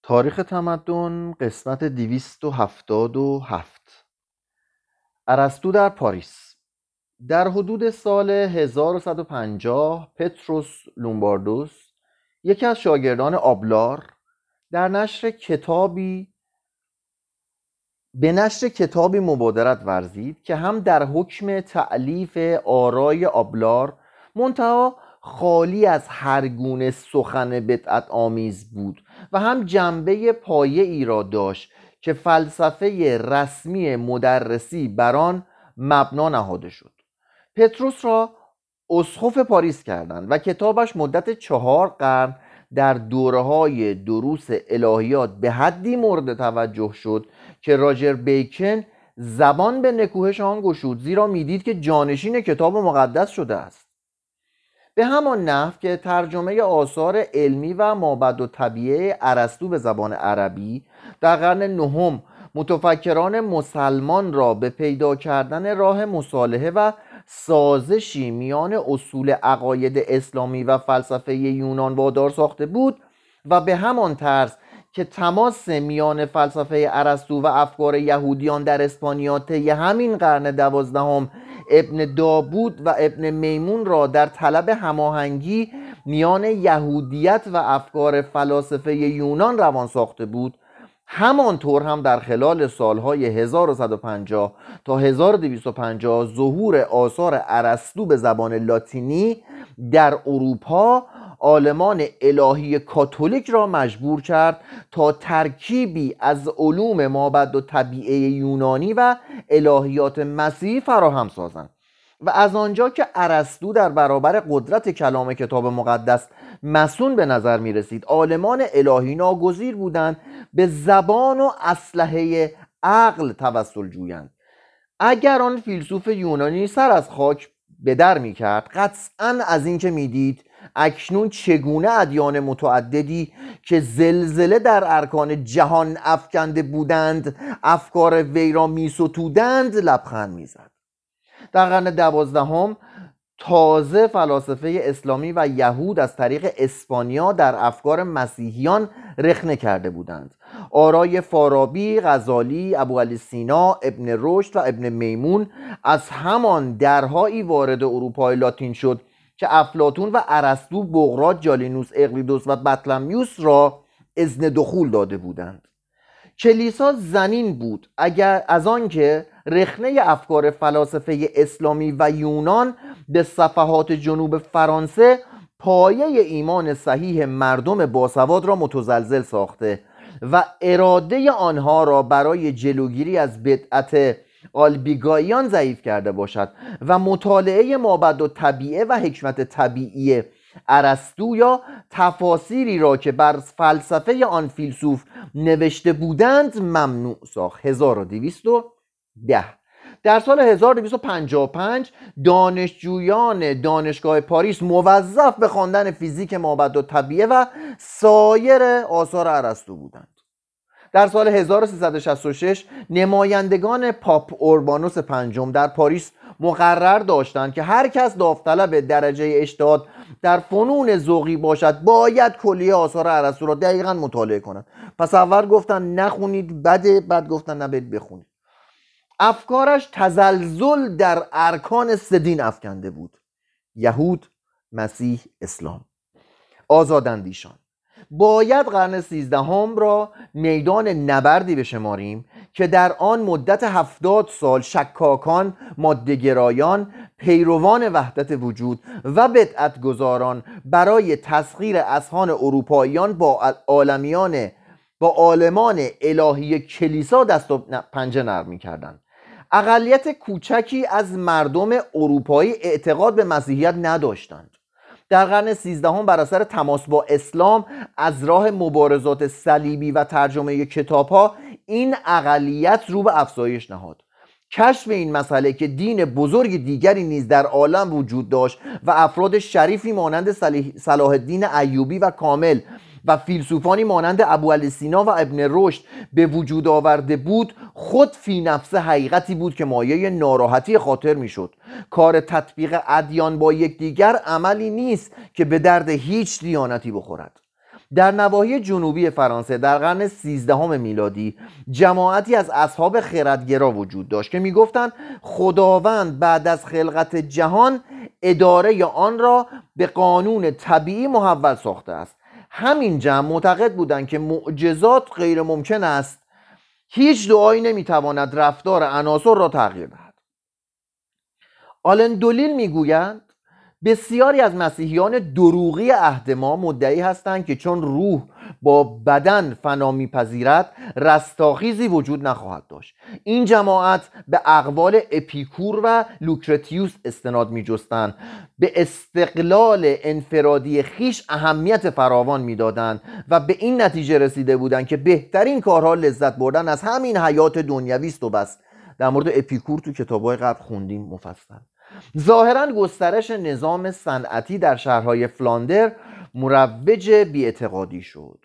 تاریخ تمدن قسمت 277. ارسطو در پاریس. در حدود سال 1150 پتروس لومباردوس، یکی از شاگردان آبلار، به نشر کتابی مبادرت ورزید که هم در حکم تألیف آرای آبلار منتها خالی از هر گونه سخن بدعت آمیز بود و هم جنبه پایه ای را داشت که فلسفه رسمی مدرسی بر آن مبنا نهاده شد. پتروس را اسقف پاریس کردند و کتابش مدت 4 قرن در دوره‌های دروس الهیات به حدی مورد توجه شد که راجر بیکن زبان به نکوهش آن گشود، زیرا میدید که جانشین کتاب مقدس شده است. به همان نحو که ترجمه آثار علمی و مابعد الطبیعه ارسطو به زبان عربی در قرن نهم متفکران مسلمان را به پیدا کردن راه مصالحه و سازشی میان اصول عقاید اسلامی و فلسفه یونان وادار ساخته بود و به همان طرز که تماس میان فلسفه ارسطو و افکار یهودیان در اسپانیا طی همین قرن 12 ابن داوود و ابن میمون را در طلب هماهنگی میان یهودیت و افکار فلاسفه یونان روان ساخته بود، همانطور هم در خلال سالهای 1150 تا 1250 ظهور آثار ارسطو به زبان لاتینی در اروپا عالمان الهی کاتولیک را مجبور کرد تا ترکیبی از علوم مابعد الطبیعه یونانی و الهیات مسیحی فراهم سازند و از آنجا که ارسطو در برابر قدرت کلام کتاب مقدس مصون به نظر می رسید، عالمان الهی ناگزیر بودند به زبان و اسلحه عقل توسل جویند. اگر آن فیلسوف یونانی سر از خاک به در می کرد، قطعاً از این که می دید اکنون چگونه ادیان متعددی که زلزله در ارکان جهان افکنده بودند افکار وی را می ستودند لبخند می زد. در قرن 12 تازه فلاسفه اسلامی و یهود از طریق اسپانیا در افکار مسیحیان رخنه کرده بودند. آرای فارابی، غزالی، ابوعلی سینا، ابن رشد و ابن میمون از همان درهایی وارد اروپای لاتین شد که افلاطون و ارسطو بقراط، جالینوس، اقلیدس و بطلمیوس را اذن دخول داده بودند. کلیسا زنین بود اگر از آنکه رخنه افکار فلاسفه اسلامی و یونان به صفحات جنوب فرانسه پایه ایمان صحیح مردم باسواد را متزلزل ساخته و اراده آنها را برای جلوگیری از بدعت آلبیگاییان ضعیف کرده باشد و مطالعه مابعد الطبیعه و حکمت طبیعی ارسطو یا تفاسیری را که بر فلسفه آن فیلسوف نوشته بودند ممنوع ساخت. 1210 در سال 1255 دانشجویان دانشگاه پاریس موظف به خواندن فیزیک مابعد الطبیعه و سایر آثار ارسطو بودند. در سال 1366 نمایندگان پاپ اوربانوس پنجم در پاریس مقرر داشتند که هر کس داوطلب درجه اجتهاد در فنون ذوقی باشد باید کلیه آثار ارسطو را دقیقاً مطالعه کند. پس اول گفتن نخونید بده، بعد گفتن نباید بخونید. افکارش تزلزل در ارکان 3 دین افکنده بود: یهود، مسیح، اسلام. آزاداندیشان. باید قرن 13 را میدان نبردی بشماریم که در آن مدت 70 سال شکاکان، ماده‌گرایان، پیروان وحدت وجود و بدعتگزاران برای تسخیر اذهان اروپاییان با عالمان الهی کلیسا دست و پنجه نرم می‌کردند. اقلیت کوچکی از مردم اروپایی اعتقاد به مسیحیت نداشتند. در قرن 13 بر اثر تماس با اسلام از راه مبارزات صلیبی و ترجمه کتاب‌ها این اقلیت رو به افزایش نهاد. کشف این مسئله که دین بزرگ دیگری نیز در عالم وجود داشت و افراد شریفی مانند صلاح الدین ایوبی و کامل و فیلسوفانی مانند ابوعلی سینا و ابن رشد به وجود آورده بود، خود فی نفسه حقیقتی بود که مایه ناراحتی خاطر میشد. کار تطبیق ادیان با یکدیگر عملی نیست که به درد هیچ دیانتی بخورد. در نواحی جنوبی فرانسه در قرن 13 میلادی جماعتی از اصحاب خردگرا وجود داشت که میگفتند خداوند بعد از خلقت جهان اداره آن را به قانون طبیعی محول ساخته است. همین جمع معتقد بودند که معجزات غیر ممکن است، هیچ دعایی نمیتواند رفتار عناصر را تغییر دهد. آلن دولیل میگویند بسیاری از مسیحیان دروغی عهد ما مدعی هستند که چون روح با بدن فنا میپذیرد رستاخیزی وجود نخواهد داشت. این جماعت به اقوال اپیکور و لوکرتیوس استناد میجستند، به استقلال انفرادی خیش اهمیت فراوان میدادند و به این نتیجه رسیده بودند که بهترین کارها لذت بردن از همین حیات دنیوی است و بس. در مورد اپیکور تو کتاب‌های قبل خوندیم مفصل. ظاهراً گسترش نظام صنعتی در شهرهای فلاندر مروج بی‌اعتقادی شد.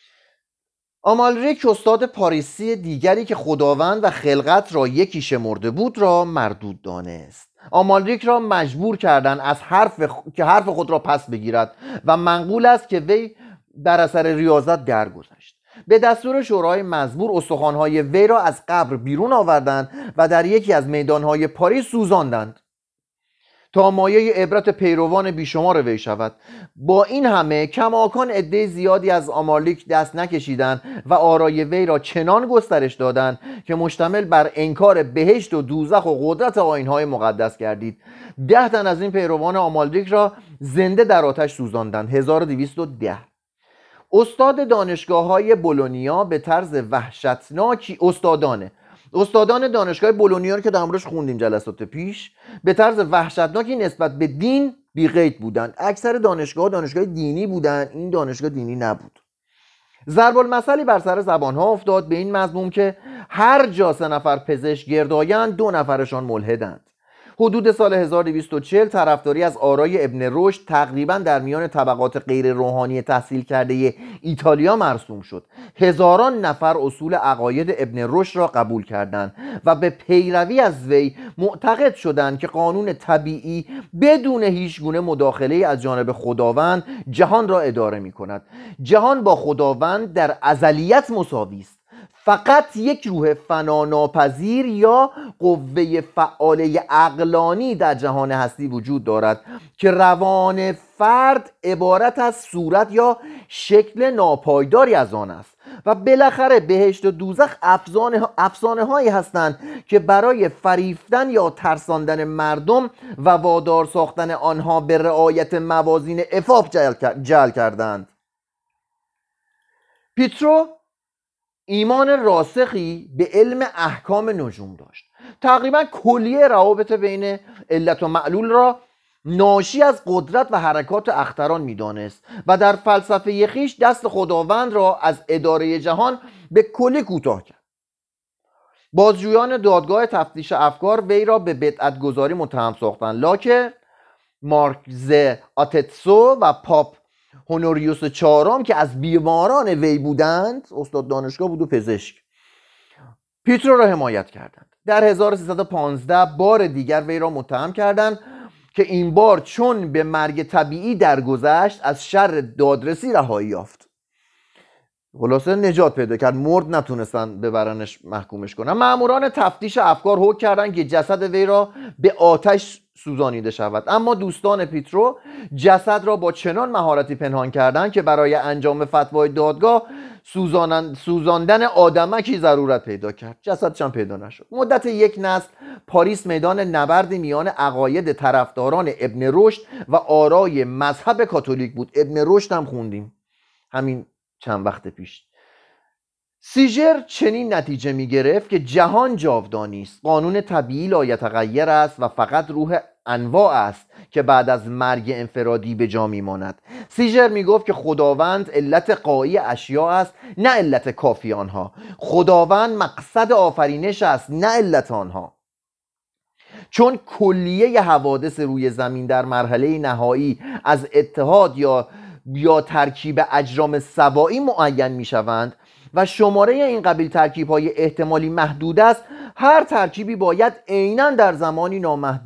آمالریک استاد پاریسی دیگری که خداوند و خلقت را یکی شمرده بود را مردود دانست. آمالریک را مجبور کردند از حرف خود را پس بگیرد و منقول است که وی در اثر ریاضت درگذشت. به دستور شورای مزبور استخوان‌های وی را از قبر بیرون آوردند و در یکی از میدان‌های پاریس سوزاندند تا مایه عبرت پیروان بیشمار وی شود. با این همه کماکان عده زیادی از آمالریک دست نکشیدند و آرای وی را چنان گسترش دادند که مشتمل بر انکار بهشت و دوزخ و قدرت آیین‌های مقدس گردید. 10 تن از این پیروان آمالریک را زنده در آتش سوزاندند. 1210 استاد دانشگاه‌های بولونیا به طرز وحشتناکی استادان دانشگاه بولونیا که در موردش خوندیم جلسات پیش به طرز وحشتناکی نسبت به دین بی‌قید بودند. اکثر دانشگاه دینی بودند، این دانشگاه دینی نبود. ضرب المثلی بر سر زبانها افتاد به این مضمون که هر جا 3 نفر پزشک گرد آیند 2 نفرشان ملحدند. حدود سال 1240 طرفداری از آرای ابن رشد تقریبا در میان طبقات غیر روحانی تحصیل کرده ایتالیا مرسوم شد. هزاران نفر اصول عقاید ابن رشد را قبول کردند و به پیروی از وی معتقد شدند که قانون طبیعی بدون هیچ گونه مداخله از جانب خداوند جهان را اداره می کند. جهان با خداوند در ازلیت مساوی است. فقط یک روح فناناپذیر یا قوه فعاله عقلانی در جهان هستی وجود دارد که روان فرد عبارت از صورت یا شکل ناپایداری از آن است و بالاخره بهشت و دوزخ افسانه هایی هستند که برای فریفتن یا ترساندن مردم و وادار ساختن آنها به رعایت موازین عفاف جعل کردند. پیترو ایمان راسخی به علم احکام نجوم داشت. تقریبا کلیه روابط بین علت و معلول را ناشی از قدرت و حرکات اختران می‌دانست و در فلسفه خویش دست خداوند را از اداره جهان به کلی کوتاه کرد. بازجویان دادگاه تفتیش افکار وی را به بدعت گذاری متهم ساختند. لاکر، مارکز آتتسو و پاپ هونوریوس چهارم که از بیماران وی بودند، استاد دانشگاه بود و پزشک، پیترو را حمایت کردند. در 1315 بار دیگر وی را متهم کردند که این بار چون به مرگ طبیعی درگذشت از شر دادرسی رهایی یافت. خلاصه نجات پیدا کرد، مرد نتونستن ببرنش محکومش کنن. مأموران تفتیش افکار حکم کردند که جسد وی را به آتش سوزانیده شود، اما دوستان پیترو جسد را با چنان مهارتی پنهان کردند که برای انجام فتوای دادگاه سوزاندن آدمکی ضرورت پیدا کرد. جسدش هم پیدا نشد. مدت 1 نسل پاریس میدان نبردی میان عقاید طرفداران ابن رشد و آرای مذهب کاتولیک بود. ابن رشد هم خوندیم همین چند وقت پیش. سیژر چنین نتیجه می گرفت که جهان جاودانی است، قانون طبیعی لا یتغیر است و فقط روح انواع است که بعد از مرگ انفرادی به جا می ماند. سیژر می گفت که خداوند علت قایی اشیاء است، نه علت کافی آنها. خداوند مقصد آفرینش است، نه علت آنها. چون کلیه حوادث روی زمین در مرحله نهایی از اتحاد یا ترکیب اجرام سوایی معین می شوند و شماره این قبیل ترکیب‌های احتمالی محدود است، هر ترکیبی باید عیناً در زمانی نامحدود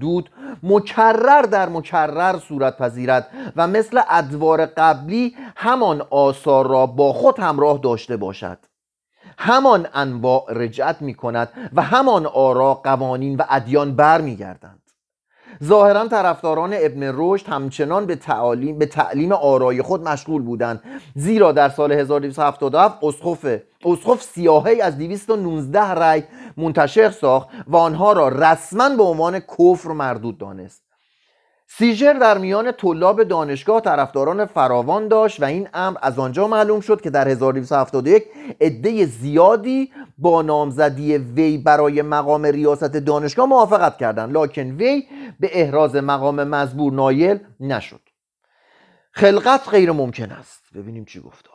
مکرر در مکرر صورت پذیرد و مثل ادوار قبلی همان آثار را با خود همراه داشته باشد. همان انواع رجعت می کند و همان آرا، قوانین و ادیان بر می گردند. ظاهرا طرفداران ابن رشد همچنان به تعلیم آرای خود مشغول بودند، زیرا در سال 1277 اسقف سیاهی از 219 رأی منتشر ساخت و آنها را رسما به عنوان کفر مردود دانست. سیژر در میان طلاب دانشگاه طرفداران فراوان داشت و این امر از آنجا معلوم شد که در 1271 عده زیادی با نامزدی وی برای مقام ریاست دانشگاه موافقت کردند، لکن وی به احراز مقام مزبور نایل نشد. خلقت غیر ممکن است. ببینیم چی گفته.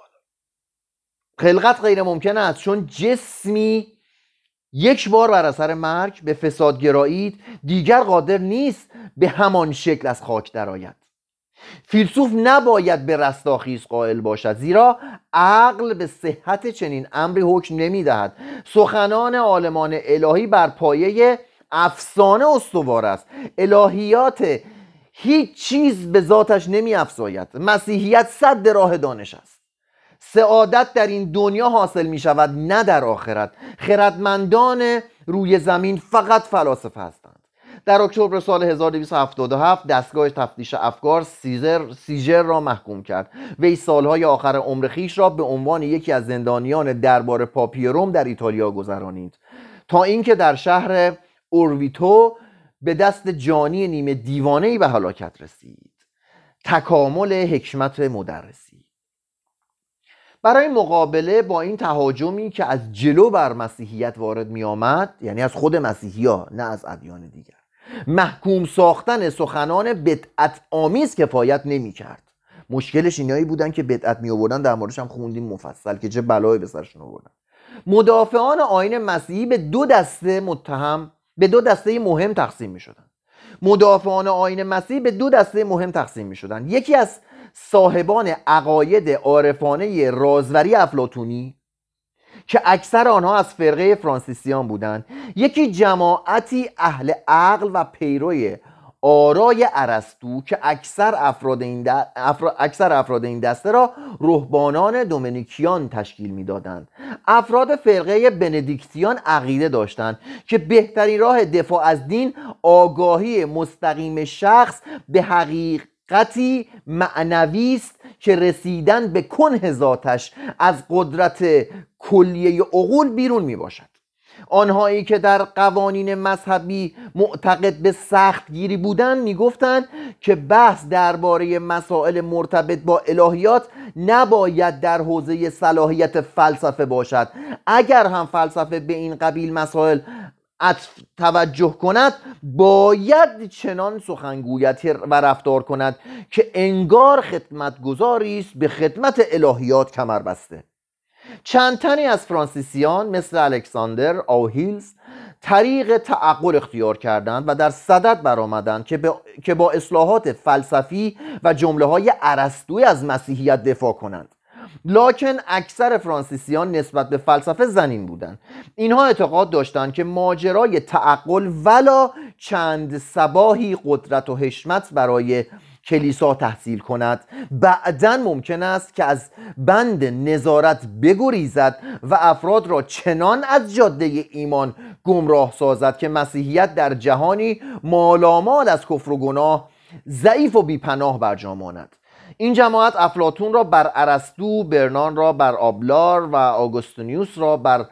خلقت غیر ممکن است چون جسمی یک بار بر اثر مرگ به فساد گرایید دیگر قادر نیست به همان شکل از خاک درآید. فیلسوف نباید به رستاخیز قائل باشد، زیرا عقل به صحت چنین امری حکم نمی‌دهد. سخنان عالمان الهی بر پایه افسانه استوار است. الهیات هیچ چیز به ذاتش نمی‌افزاید. مسیحیت سد راه دانش است. سعادت در این دنیا حاصل می شود، نه در آخرت. خردمندان روی زمین فقط فلاسفه هستند. در اکتبر سال 1277 دستگاه تفتیش افکار سیژر را محکوم کرد. وی سالهای آخر عمر خیش را به عنوان یکی از زندانیان دربار پاپی روم در ایتالیا گذرانید، تا اینکه در شهر اورویتو به دست جانی نیمه دیوانه‌ای به هلاکت رسید. تکامل حکمت مدرسی. برای مقابله با این تهاجمی که از جلو بر مسیحیت وارد می آمد، یعنی از خود مسیحی‌ها نه از ادیان دیگر، محکوم ساختن سخنان بدعت آمیز کفایت نمی کرد. مشکلش اینایی بودن که بدعت می آوردن، در موردش هم خوندیم مفصل که چه بلایی به سرشون آوردن. مدافعان آیین مسیحی به دو دسته مهم تقسیم می شدن. مدافعان آیین مسیحی به دو دسته مهم تقسیم می شدن. یکی از صاحبان عقاید عارفانه رازوری افلاطونی که اکثر آنها از فرقه فرانسیسیان بودند، یکی جماعتی اهل عقل و پیروی آرای ارسطو که اکثر افراد این دسته را رهبانان دومینیکیان تشکیل میدادند. افراد فرقه بندیکتیان عقیده داشتند که بهترین راه دفاع از دین آگاهی مستقیم شخص به حقیقتی معنوی است که رسیدن به کنه ذاتش از قدرت کلیه عقول بیرون می باشد. آنهایی که در قوانین مذهبی معتقد به سختگیری بودند میگفتند که بحث درباره مسائل مرتبط با الهیات نباید در حوزه صلاحیت فلسفه باشد. اگر هم فلسفه به این قبیل مسائل توجه کند، باید چنان سخنگوید و رفتار کند که انگار خدمتگزاری است به خدمت الهیات کمر بسته. چند تنی از فرانسیسیان مثل الکساندر آوهیلز طریق تعقل اختیار کردند و در صدد برآمدند که با اصلاحات فلسفی و جمله‌های ارسطویی از مسیحیت دفاع کنند. لکن اکثر فرانسیسیان نسبت به فلسفه زنین بودند. اینها اعتقاد داشتند که ماجرای تعقل ولا چند صباحی قدرت و حشمت برای کلیسا تحصیل کند، بعداً ممکن است که از بند نظارت بگریزد و افراد را چنان از جاده ایمان گمراه سازد که مسیحیت در جهانی مالامال از کفر و گناه ضعیف و بیپناه برجا ماند. این جماعت افلاطون را بر ارسطو، برنان را بر آبلار و آگوستینوس را بر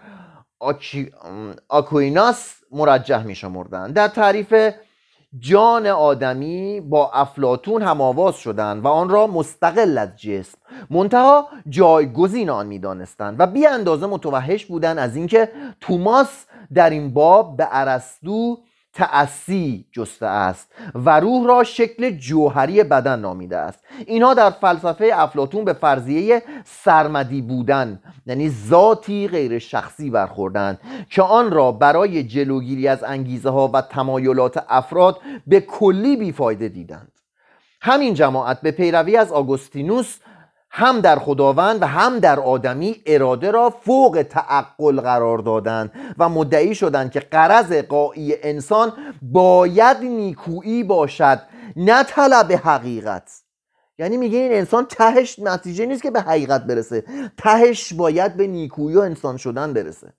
آکویناس مرجح می شمردند. در تعریف جان آدمی با افلاطون هم‌آواز شدند و آن را مستقل از جسم منتها جایگزین آن می‌دانستند و بی اندازه متوحش بودند از اینکه توماس در این باب به ارسطو تأسی جسته است و روح را شکل جوهری بدن نامیده است. اینها در فلسفه افلاطون به فرضیه سرمدی بودن، یعنی ذاتی غیر شخصی برخوردند که آن را برای جلوگیری از انگیزه ها و تمایلات افراد به کلی بیفایده دیدند. همین جماعت به پیروی از آگوستینوس هم در خداوند و هم در آدمی اراده را فوق تعقل قرار دادند و مدعی شدند که غرض غایی انسان باید نیکویی باشد، نه طلب حقیقت. یعنی میگه این انسان تهش نتیجه نیست که به حقیقت برسه، تهش باید به نیکویی و انسان شدن برسه.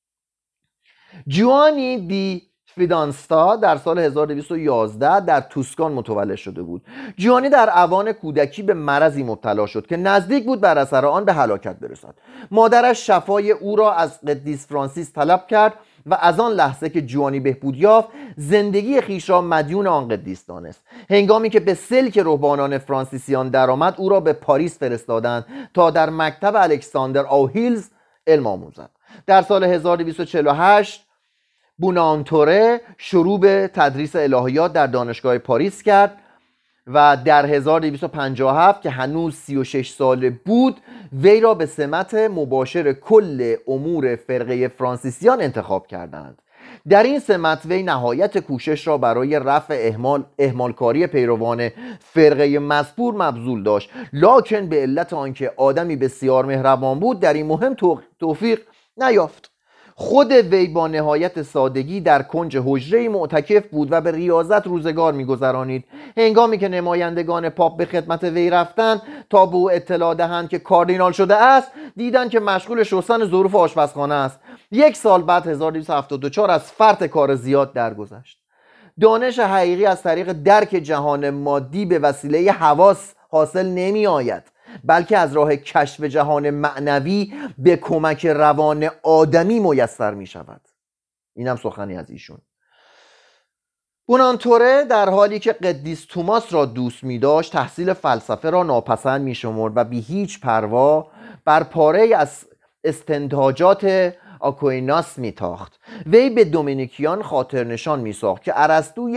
جوانی دی فیدانستا در سال 1211 در توسکان متولد شده بود. جوانی در اوان کودکی به مرضی مبتلا شد که نزدیک بود بر اثر آن به هلاکت برسد. مادرش شفای او را از قدیس فرانسیس طلب کرد و از آن لحظه که جوانی بهبود یافت زندگی خیش را مدیون آن قدیس دانست. هنگامی که به سلک رهبانان فرانسیسیان درآمد او را به پاریس فرستادند تا در مکتب الکساندر آوهیلز علم آموزد. در سال 1248 بونانتوره شروع به تدریس الهیات در دانشگاه پاریس کرد و در 1257 که هنوز 36 ساله بود وی را به سمت مباشر کل امور فرقه فرانسیسیان انتخاب کردند. در این سمت وی نهایت کوشش را برای رفع اهمالکاری پیروان فرقه مذکور مبذول داشت، لکن به علت آنکه آدمی بسیار مهربان بود در این مهم توفیق نیافت. خود وی با نهایت سادگی در کنج حجره معتکف بود و به ریاضت روزگار می‌گذرانید. هنگامی که نمایندگان پاپ به خدمت وی رفتند تا به او اطلاع دهند که کاردینال شده است، دیدند که مشغول شستن ظروف آشپزخانه است. 1 سال بعد 1274 از فرط کار زیاد درگذشت. دانش حقیقی از طریق درک جهان مادی به وسیله حواس حاصل نمی آید، بلکه از راه کشف جهان معنوی به کمک روان آدمی میسر می شود. اینم سخنی از ایشون. بونانتوره در حالی که قدیس توماس را دوست می داشت تحصیل فلسفه را ناپسند می شمرد و بی هیچ پروا بر پاره از استنتاجات آکویناس می تاخت. وی به دومینیکیان خاطر نشان می ساخت که ارسطو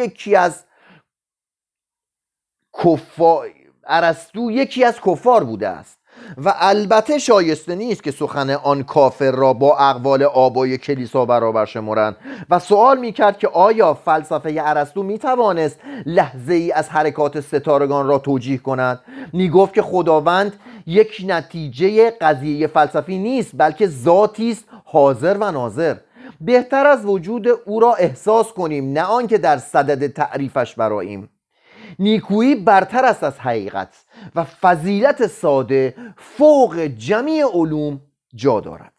یکی از کفار بوده است و البته شایسته نیست که سخن آن کافر را با اقوال آبای کلیسا برابر شمرند و سوال میکرد که آیا فلسفه ارسطو میتوانست لحظه ای از حرکات ستارگان را توجیه کند؟ میگفت که خداوند یک نتیجه قضیه فلسفی نیست، بلکه ذاتی است حاضر و ناظر. بهتر از وجود او را احساس کنیم، نه آنکه در صدد تعریفش برآییم. نیکویی برتر است از حقیقت و فضیلت ساده فوق جمیع علوم جا دارد.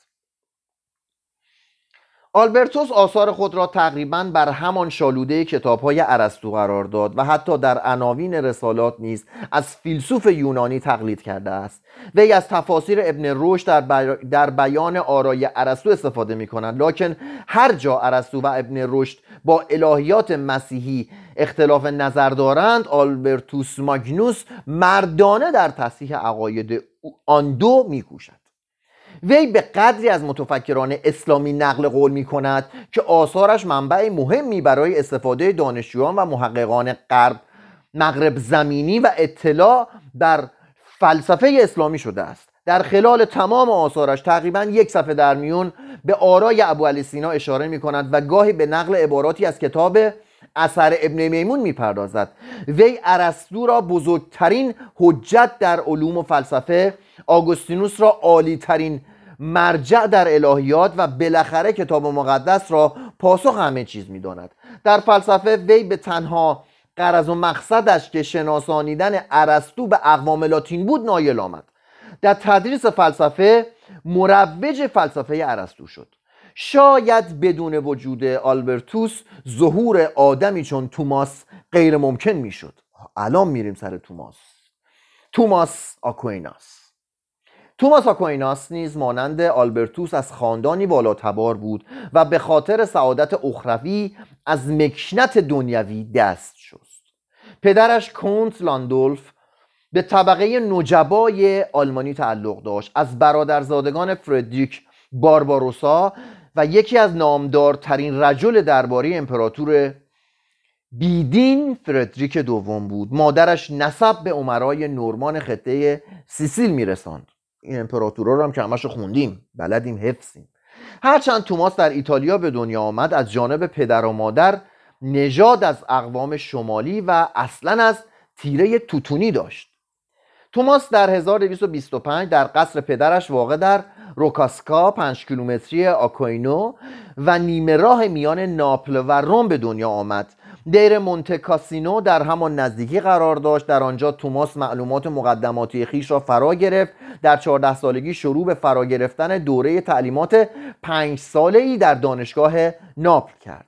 آلبرتوس آثار خود را تقریباً بر همان شالوده کتاب‌های ارسطو قرار داد و حتی در عناوین رسالات نیز از فیلسوف یونانی تقلید کرده است. وی از تفاسیر ابن رشد در بیان آرای ارسطو استفاده می‌کند، لکن هر جا ارسطو و ابن رشد با الهیات مسیحی اختلاف نظر دارند، آلبرتوس ماگنوس مردانه در تصحیح عقاید آن دو می‌کوشد. وی به قدری از متفکران اسلامی نقل قول می کند که آثارش منبع مهمی برای استفاده دانشجویان و محققان مغرب زمینی و اطلاع بر فلسفه اسلامی شده است. در خلال تمام آثارش تقریباً 1 صفحه در میون به آرای ابوعلی سینا اشاره می کند و گاهی به نقل عباراتی از کتاب اثر ابن میمون می پردازد. وی ارسطو را بزرگترین حجت در علوم و فلسفه، آگوستینوس را عالی ترین مرجع در الهیات و بالاخره کتاب مقدس را پاسخ همه چیز می داند. در فلسفه وی به تنها غرض و مقصدش که شناسانیدن ارسطو به اقوام لاتین بود نایل آمد. در تدریس فلسفه مروج فلسفه ارسطو شد. شاید بدون وجود آلبرتوس ظهور آدمی چون توماس غیر ممکن می شد. الان میریم سر توماس آکویناس. توماس آکویناس نیز مانند آلبرتوس از خاندانی بالاتبار بود و به خاطر سعادت اخروی از مکنت دنیوی دست شست. پدرش کنت لاندولف به طبقه نجبای آلمانی تعلق داشت. از برادرزادگان فردریک بارباروسا و یکی از نامدارترین رجل درباره امپراتور بیدین فردریک دوم بود. مادرش نسب به امرای نورمان خطه سیسیل میرساند. این امپراتورا رو هم که همشو خوندیم، بلدیم، حفظیم. هرچند توماس در ایتالیا به دنیا آمد، از جانب پدر و مادر نژاد از اقوام شمالی و اصلا از تیره توتونی داشت. توماس در 1225 در قصر پدرش واقع در روکاسکا 5 کیلومتری آکوینو و نیمه راه میان ناپل و روم به دنیا آمد. دیر مونته کاسینو در همان نزدیکی قرار داشت. در آنجا توماس معلومات مقدماتی خویش را فرا گرفت. در 14 سالگی شروع به فرا گرفتن دوره تعلیمات 5 ساله‌ای در دانشگاه ناپل کرد.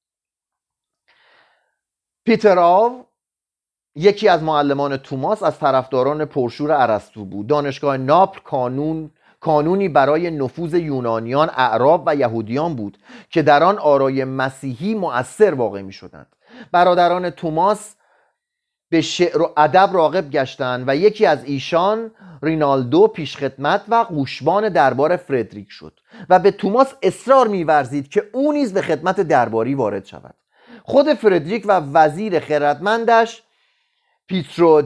پیتر آو یکی از معلمان توماس از طرفداران پرشور ارسطو بود. دانشگاه ناپل کانونی برای نفوذ یونانیان، اعراب و یهودیان بود که در آن آرای مسیحی مؤثر واقع می شدند. برادران توماس به شعر و ادب راغب گشتند و یکی از ایشان رینالدو پیشخدمت و گوشبان دربار فردریک شد و به توماس اصرار می‌ورزید که او نیز به خدمت درباری وارد شود. خود فردریک و وزیر خردمندش پیترو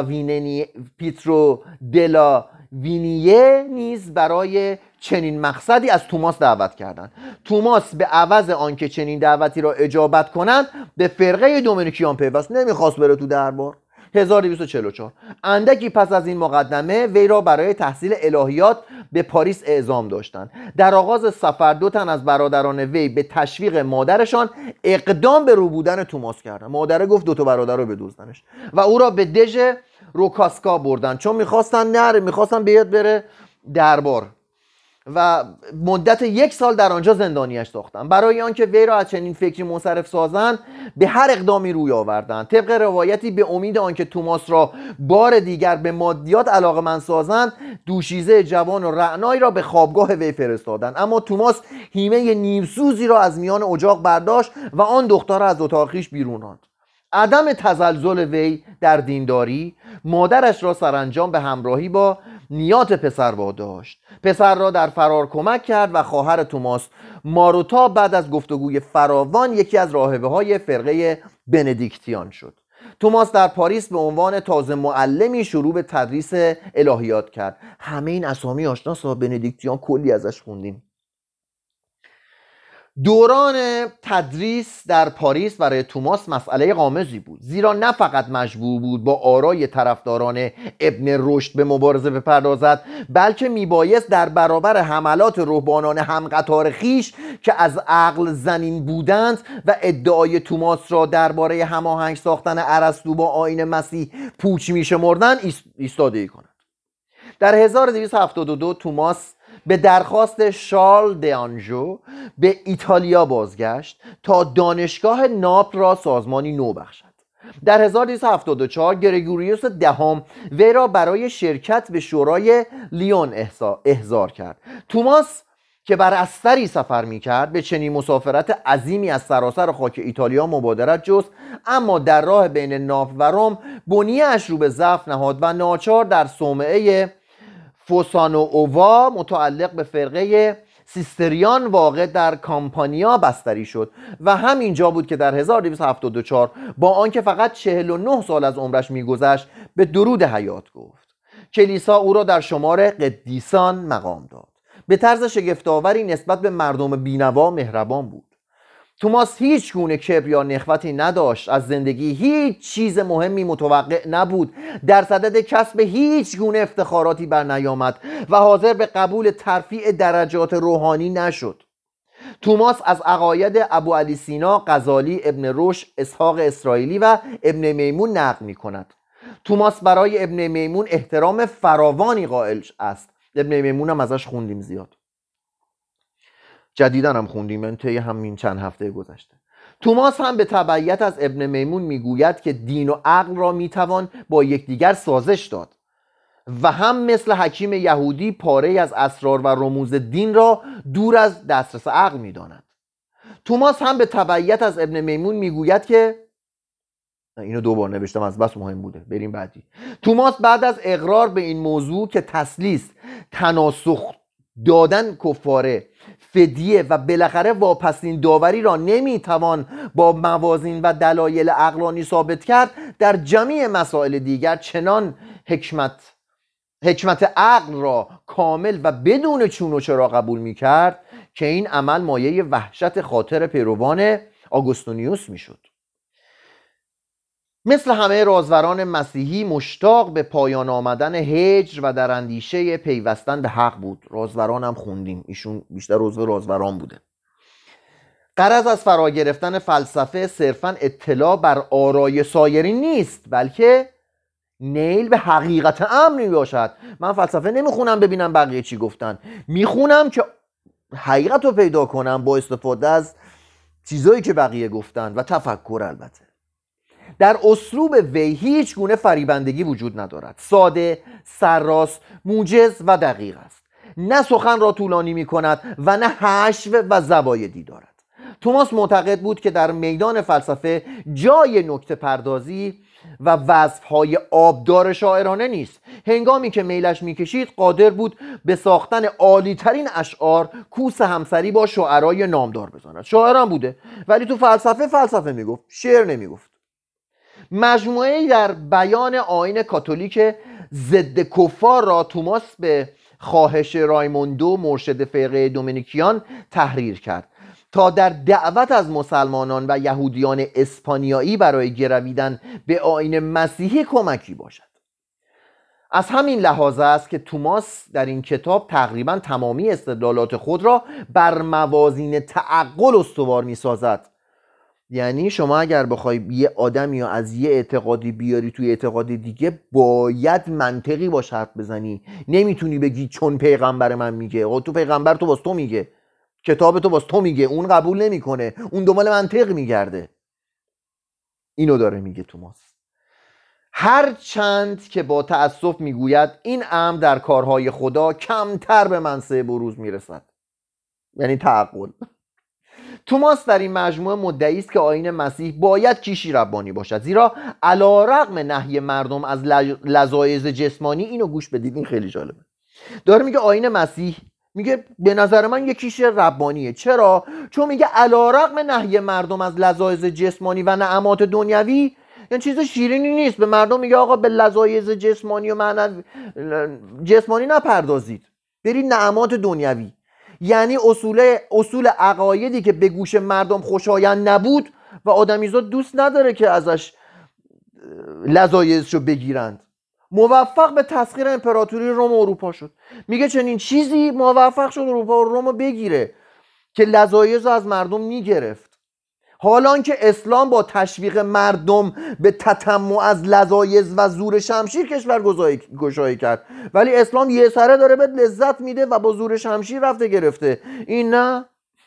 دلاوینیه نیز برای چنین مقصدی از توماس دعوت کردند. توماس به عوض آنکه چنین دعوتی را اجابت کنند به فرقه دومینیکیان پیوست. نمیخواست بره تو دربار. 1244 اندکی پس از این مقدمه وی را برای تحصیل الهیات به پاریس اعزام داشتند. در آغاز سفر 2 تن از برادران وی به تشویق مادرشان اقدام به رو بودن توماس کردند. مادره گفت 2 تا برادر رو بدزدنش و او را به دژ روکاسکا بردن، چون میخواستن بیاد بره دربار و مدت 1 سال در آنجا زندانیش ساختند. برای آنکه وی را از چنین فکری منصرف سازند به هر اقدامی روی آوردند. طبق روایتی به امید آنکه توماس را بار دیگر به مادیات علاقه‌مند سازند، دوشیزه جوان و رعنایی را به خوابگاه وی فرستادند، اما توماس هیمه نیمسوزی را از میان اجاق برداشت و آن دختر را از اتاق خویش بیرون راند. عدم تزلزل وی در دینداری مادرش را سرانجام به همراهی با نیات پسر واداشت. پسر را در فرار کمک کرد و خواهر توماس ماروتا بعد از گفتگوی فراوان یکی از راهبه‌های فرقه بندیکتیان شد. توماس در پاریس به عنوان تازه معلمی شروع به تدریس الهیات کرد. همه این اسامی آشناست، بندیکتیان کلی ازش خوندیم. دوران تدریس در پاریس برای توماس مسئله غامضی بود، زیرا نه فقط مجبور بود با آرای طرفداران ابن رشد به مبارزه بپردازد، بلکه میبایست در برابر حملات رهبانان همقطار خیش که از عقل زنین بودند و ادعای توماس را درباره هماهنگ ساختن ارسطو با آیین مسیح پوچ میشمردند ایستادگی کند. در 1272 توماس به درخواست شارل دانژو به ایتالیا بازگشت تا دانشگاه ناپل را سازمانی نو بخشد. در 1274 گریگوریوس دهم وی را برای شرکت به شورای لیون احضار کرد. توماس که بر استری سفر می‌کرد به چنین مسافرت عظیمی از سراسر خاک ایتالیا مبادرت جست، اما در راه بین ناپل و روم بنیه‌اش رو به ضعف نهاد و ناچار در صومعه فوسانو اووا متعلق به فرقه سیستریان واقع در کامپانیا بستری شد و همینجا بود که در 1274 با آنکه فقط 49 سال از عمرش میگذشت به درود حیات گفت. کلیسا او را در شمار قدیسان مقام داد. به طرز شگفت‌آوری نسبت به مردم بینوا مهربان بود. توماس هیچ گونه کبر یا نخوتی نداشت، از زندگی هیچ چیز مهمی متوقع نبود، در صدد کسب هیچ گونه افتخاراتی بر نیامد و حاضر به قبول ترفیع درجات روحانی نشد. توماس از عقاید ابو علی سینا، غزالی، ابن رشد، اسحاق اسرائیلی و ابن میمون نقل می کند. توماس برای ابن میمون احترام فراوانی قائل است. ابن میمون هم ازش خوندیم زیاد، جدیداً هم خوندیم، من طی همین چند هفته گذشته. توماس هم به تبعیت از ابن میمون میگوید که دین و عقل را میتوان با یکدیگر سازش داد و هم مثل حکیم یهودی پاره از اسرار و رموز دین را دور از دسترس عقل میداند. توماس هم به تبعیت از ابن میمون میگوید که اینو 2 بار نوشتم از بس مهم بوده، بریم بعدی. توماس بعد از اقرار به این موضوع که تسلیس، تناسخ دادن کفاره، فدیه و بالاخره واپسین داوری را نمیتوان با موازین و دلایل عقلانی ثابت کرد، در جمیع مسائل دیگر چنان حکمت عقل را کامل و بدون چون و چرا قبول میکرد که این عمل مایه وحشت خاطر پیروان آگوستونیوس میشد. مثل همه رازوران مسیحی مشتاق به پایان آمدن هجر و در اندیشه پیوستن به حق بود. رازوران هم خوندیم، ایشون بیشتر عضو رازوران بوده. غرض از فرا گرفتن فلسفه صرفاً اطلاع بر آرای سایرین نیست، بلکه نیل به حقیقت امر می باشد. من فلسفه نمیخونم ببینم بقیه چی گفتن، میخونم که حقیقت رو پیدا کنم با استفاده از چیزایی که بقیه گفتن و تفکر. البته در اسلوب وی هیچ گونه فریبندگی وجود ندارد، ساده، سرراست، موجز و دقیق است. نه سخن را طولانی می کند و نه حشو و زوایدی دارد. توماس معتقد بود که در میدان فلسفه جای نکته پردازی و وصفهای آبدار شاعرانه نیست. هنگامی که میلش میکشید قادر بود به ساختن عالیترین اشعار کوس همسری با شاعرای نامدار بزند. شاعرم بوده ولی تو فلسفه میگفت، شعر نمیگفت. مجموعه‌ای در بیان آیین کاتولیک ضد کفار را توماس به خواهش رایموندو مرشد فرقه دومینیکیان تحریر کرد تا در دعوت از مسلمانان و یهودیان اسپانیایی برای گرویدن به آیین مسیحی کمکی باشد. از همین لحاظ است که توماس در این کتاب تقریبا تمامی استدلالات خود را بر موازین تعقل استوار می سازد. یعنی شما اگر بخوای یه آدمی رو از یه اعتقادی بیاری توی اعتقاد دیگه، باید منطقی باش حرف بزنی. نمیتونی بگی چون پیغمبر من میگه، تو پیغمبر تو باز تو میگه، کتاب تو باز تو میگه، اون قبول نمیکنه، اون دنبال منطق میگرده. اینو داره میگه توماس. هر چند که با تأسف میگوید این امر در کارهای خدا کمتر به منصب بروز میرسد، یعنی تعقل. توماس در این مجموعه مدعی است که آیین مسیح باید کیشی ربانی باشد، زیرا علیرغم نهی مردم از لذایذ جسمانی، اینو گوش بدید این خیلی جالبه، داره میگه آیین مسیح، میگه به نظر من یک کیش ربانیه. چرا؟ چون میگه علیرغم نهی مردم از لذایذ جسمانی و نعمات دنیوی، یعنی چیز شیرینی نیست. به مردم میگه آقا به لذایذ جسمانی و معنوی جسمانی نپردازید، برید نعمات دنیوی. یعنی اصول عقایدی که به گوش مردم خوشایند نبود و آدمیزاد دوست نداره که ازش لذایذشو بگیرند، موفق به تسخیر امپراتوری روم و اروپا شد. میگه چنین چیزی موفق شد اروپا و روم بگیره که لذایذ از مردم میگرفت، حالان که اسلام با تشویق مردم به تطمع از لذایذ و زور شمشیر کشور گشایی کرد. ولی اسلام یه سره داره به لذت میده و با زور شمشیر رفته گرفته. این نه.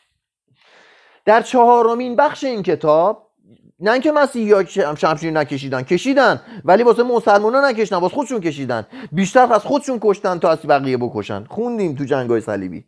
در 4مین بخش این کتاب، نه اینکه مسیحی‌ها شمشیر کشیدن، ولی واسه مسلمان‌ها نکشیدن، واسه خودشون کشیدن، بیشتر از خودشون کشتن تا از بقیه بکشن. خوندیم تو جنگ‌های صلیبی.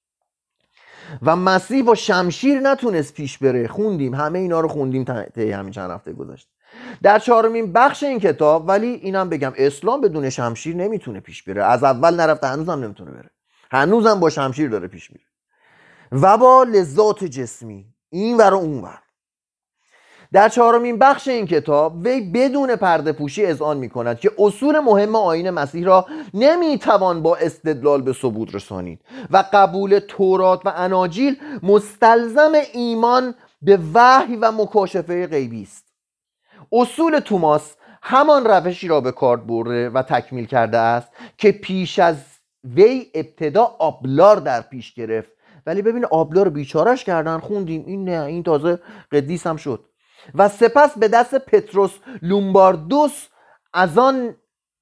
و مسیح با شمشیر نتونست پیش بره، خوندیم، همه اینا رو خوندیم طی همین چند هفته گذشته در 4مین بخش این کتاب. ولی اینم بگم اسلام بدون شمشیر نمیتونه پیش بره، از اول نرفته، هنوزم نمیتونه بره، هنوزم با شمشیر داره پیش میره و با لذات جسمی این ور و اون ور. در 4مین بخش این کتاب وی بدون پرده پوشی اذعان می کند که اصول مهم آیین مسیح را نمیتوان با استدلال به ثبوت رسانید و قبول تورات و اناجیل مستلزم ایمان به وحی و مکاشفه غیبی است. اصول توماس همان روشی را به کار برده و تکمیل کرده است که پیش از وی ابتدا آبلار در پیش گرفت. ولی ببین آبلار بیچارش کردن، خوندیم، این نه، این تازه قدیس هم شد و سپس به دست پتروس لومباردوس از آن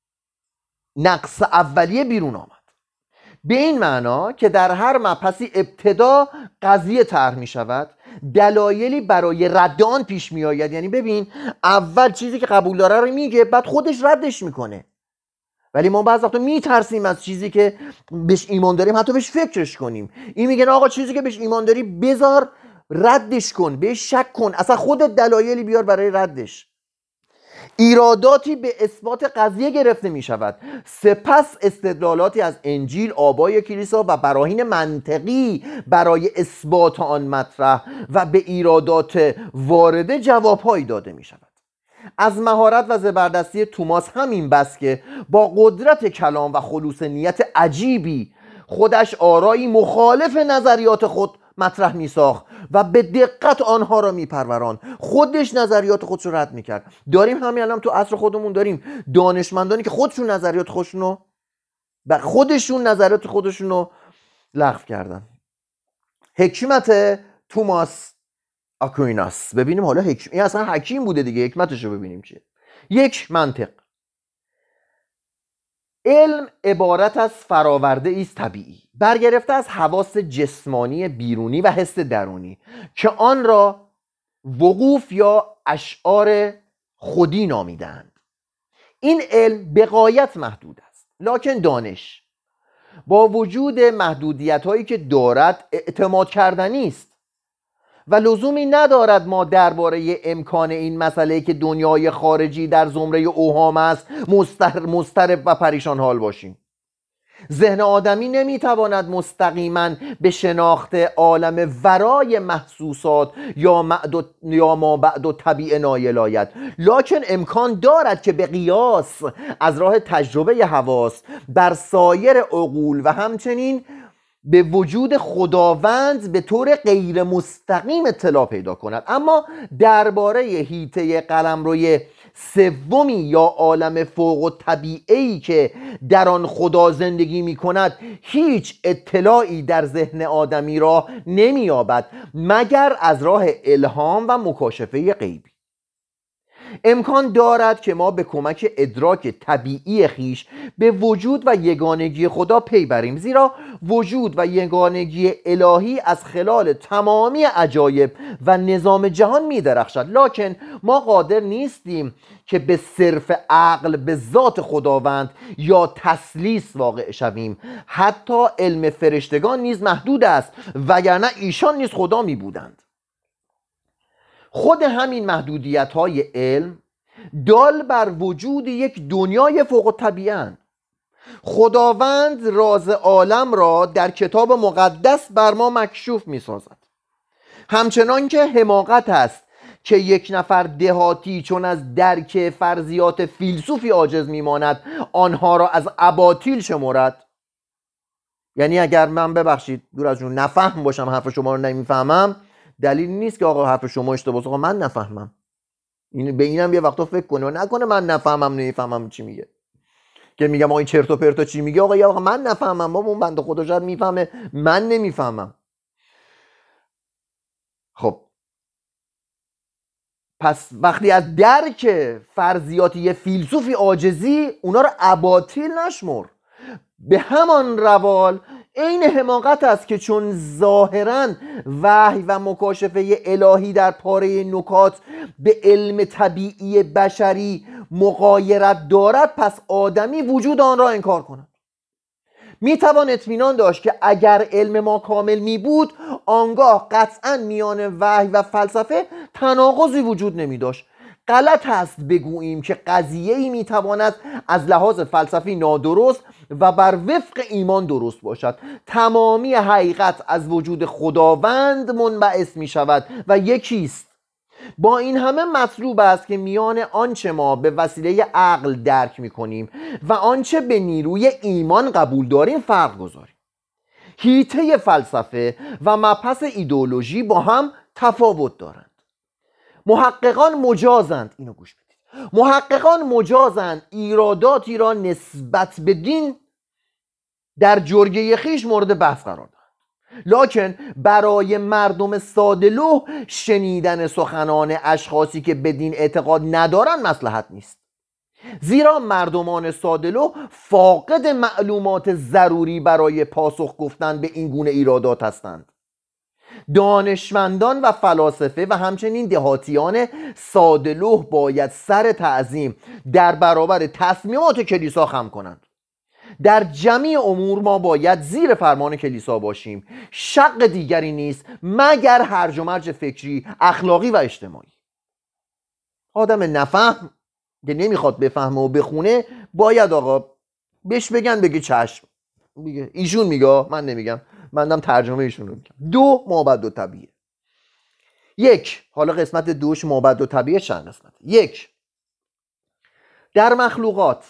نقص اولیه بیرون آمد. به این معنا که در هر مبحثی ابتدا قضیه طرح می شود، دلایلی برای رد آن پیش می آید. یعنی ببین اول چیزی که قبول داره رو میگه، بعد خودش ردش میکنه. ولی ما بعضی وقتا میترسیم از چیزی که بهش ایمان داریم حتی بهش فکرش کنیم. این میگه آقا چیزی که بهش ایمان داری بذار ردش کن، بهش شک کن، اصلا خودت دلایلی بیار برای ردش. ایراداتی به اثبات قضیه گرفته می شود، سپس استدلالاتی از انجیل، آبای کلیسا و براهین منطقی برای اثبات آن مطرح و به ایرادات وارده جوابهایی داده می شود. از مهارت و زبردستی توماس همین بس که با قدرت کلام و خلوص نیت عجیبی خودش آرایی مخالف نظریات خود مطرح میساخت و به دقت آنها را میپروران. خودش نظریات خودش رو رد میکرد. داریم همین الان تو عصر خودمون داریم دانشمندانی که خودشون نظریات خودشون رو و خودشون نظریات خودشون رو لغو کردن. حکمت توماس آکویناس. ببینیم حالا این اصلا حکیم بوده دیگه، حکمتش رو ببینیم چیه. یک، منطق. علم عبارت از فراورده ایست طبیعی برگرفته از حواس جسمانی بیرونی و حس درونی که آن را وقوف یا اشعار خودی نامیدند. این علم به غایت محدود است، لکن دانش با وجود محدودیت هایی که دارد اعتماد کردنی است و لزومی ندارد ما درباره امکان این مسئله که دنیای خارجی در زمره اوهام است مضطرب و پریشان حال باشیم. ذهن آدمی نمیتواند مستقیما به شناخت عالم ورای محسوسات یا ما بعد طبیع نایل آید، لکن امکان دارد که به قیاس از راه تجربه حواس بر سایر عقول و همچنین به وجود خداوند به طور غیر مستقیم اطلاع پیدا کند. اما درباره حیطه قلمروی سومی یا عالم فوق الطبیعی که در آن خدا زندگی می کند هیچ اطلاعی در ذهن آدمی را نمی یابد مگر از راه الهام و مکاشفه غیبی. امکان دارد که ما به کمک ادراک طبیعی خیش به وجود و یگانگی خدا پی بریم، زیرا وجود و یگانگی الهی از خلال تمامی عجایب و نظام جهان می درخشد، لکن ما قادر نیستیم که به صرف عقل به ذات خداوند یا تثلیث واقع شویم. حتی علم فرشتگان نیز محدود است، وگرنه ایشان نیز خدا می بودند. خود همین محدودیت های علم دال بر وجود یک دنیای فوق الطبیعی اند. خداوند راز عالم را در کتاب مقدس بر ما مکشوف می سازد، همچنان که حماقت است که یک نفر دهاتی چون از درک فرضیات فیلسوفی عاجز می ماند آنها را از اباطیل شمرد. یعنی اگر من، ببخشید دور از جون، نفهم باشم، حرف شما رو نمیفهمم، دلیل نیست که آقا حرف شما اشتباهه. آقا من نفهمم، به اینم یه وقتا فکر کنه و نکنه من نفهمم نمیفهمم چی میگه، که میگم آقا این چرت و پرتا چی میگه. آقا من نفهمم، بابا اون بنده خدا شاید میفهمه، من نمیفهمم. خب پس وقتی از درک فرضیات یه فیلسوفی عاجزی، اونا رو اباطیل نشمر. به همان روال عین حماقت است که چون ظاهراً وحی و مکاشفه الهی در پاره نکات به علم طبیعی بشری مغایرت دارد، پس آدمی وجود آن را انکار کند. میتوان اطمینان داشت که اگر علم ما کامل می بود، آنگاه قطعا میان وحی و فلسفه تناقضی وجود نمی داشت. غلط است بگوییم که قضیه‌ای میتواند از لحاظ فلسفی نادرست و بر وفق ایمان درست باشد. تمامی حقیقت از وجود خداوند منبعث می شود و یکیست. با این همه مطلوب است که میان آنچه ما به وسیله عقل درک می کنیم و آنچه به نیروی ایمان قبول داریم فرق گذاریم. حیطه فلسفه و مبحث ایدئولوژی با هم تفاوت دارند. محققان مجازند، اینو گوش بدید، محققان مجازند ایراداتی را نسبت به دین در جرگه خیش مورد بحث قرار دهند، لکن برای مردم ساده‌لوح شنیدن سخنان اشخاصی که به دین اعتقاد ندارند مصلحت نیست، زیرا مردمان ساده‌لوح فاقد معلومات ضروری برای پاسخ گفتن به این گونه ایرادات هستند. دانشمندان و فلاسفه و همچنین دهاتیان ساده‌لوح باید سر تعظیم در برابر تصمیمات کلیسا خم کنند. در جمیع امور ما باید زیر فرمان کلیسا باشیم. شق دیگری نیست مگر هرج و مرج فکری، اخلاقی و اجتماعی. آدم نفهم که نمیخواد بفهمه و بخونه باید آقا بهش بگن بگه چشم، بگه ایشون میگه، من نمیگم، من دارم ترجمه ایشون رو میگم. دو، مابعد و طبیعه. یک، حالا قسمت دوش مابعد و طبیعه چند قسمت. یک، در مخلوقات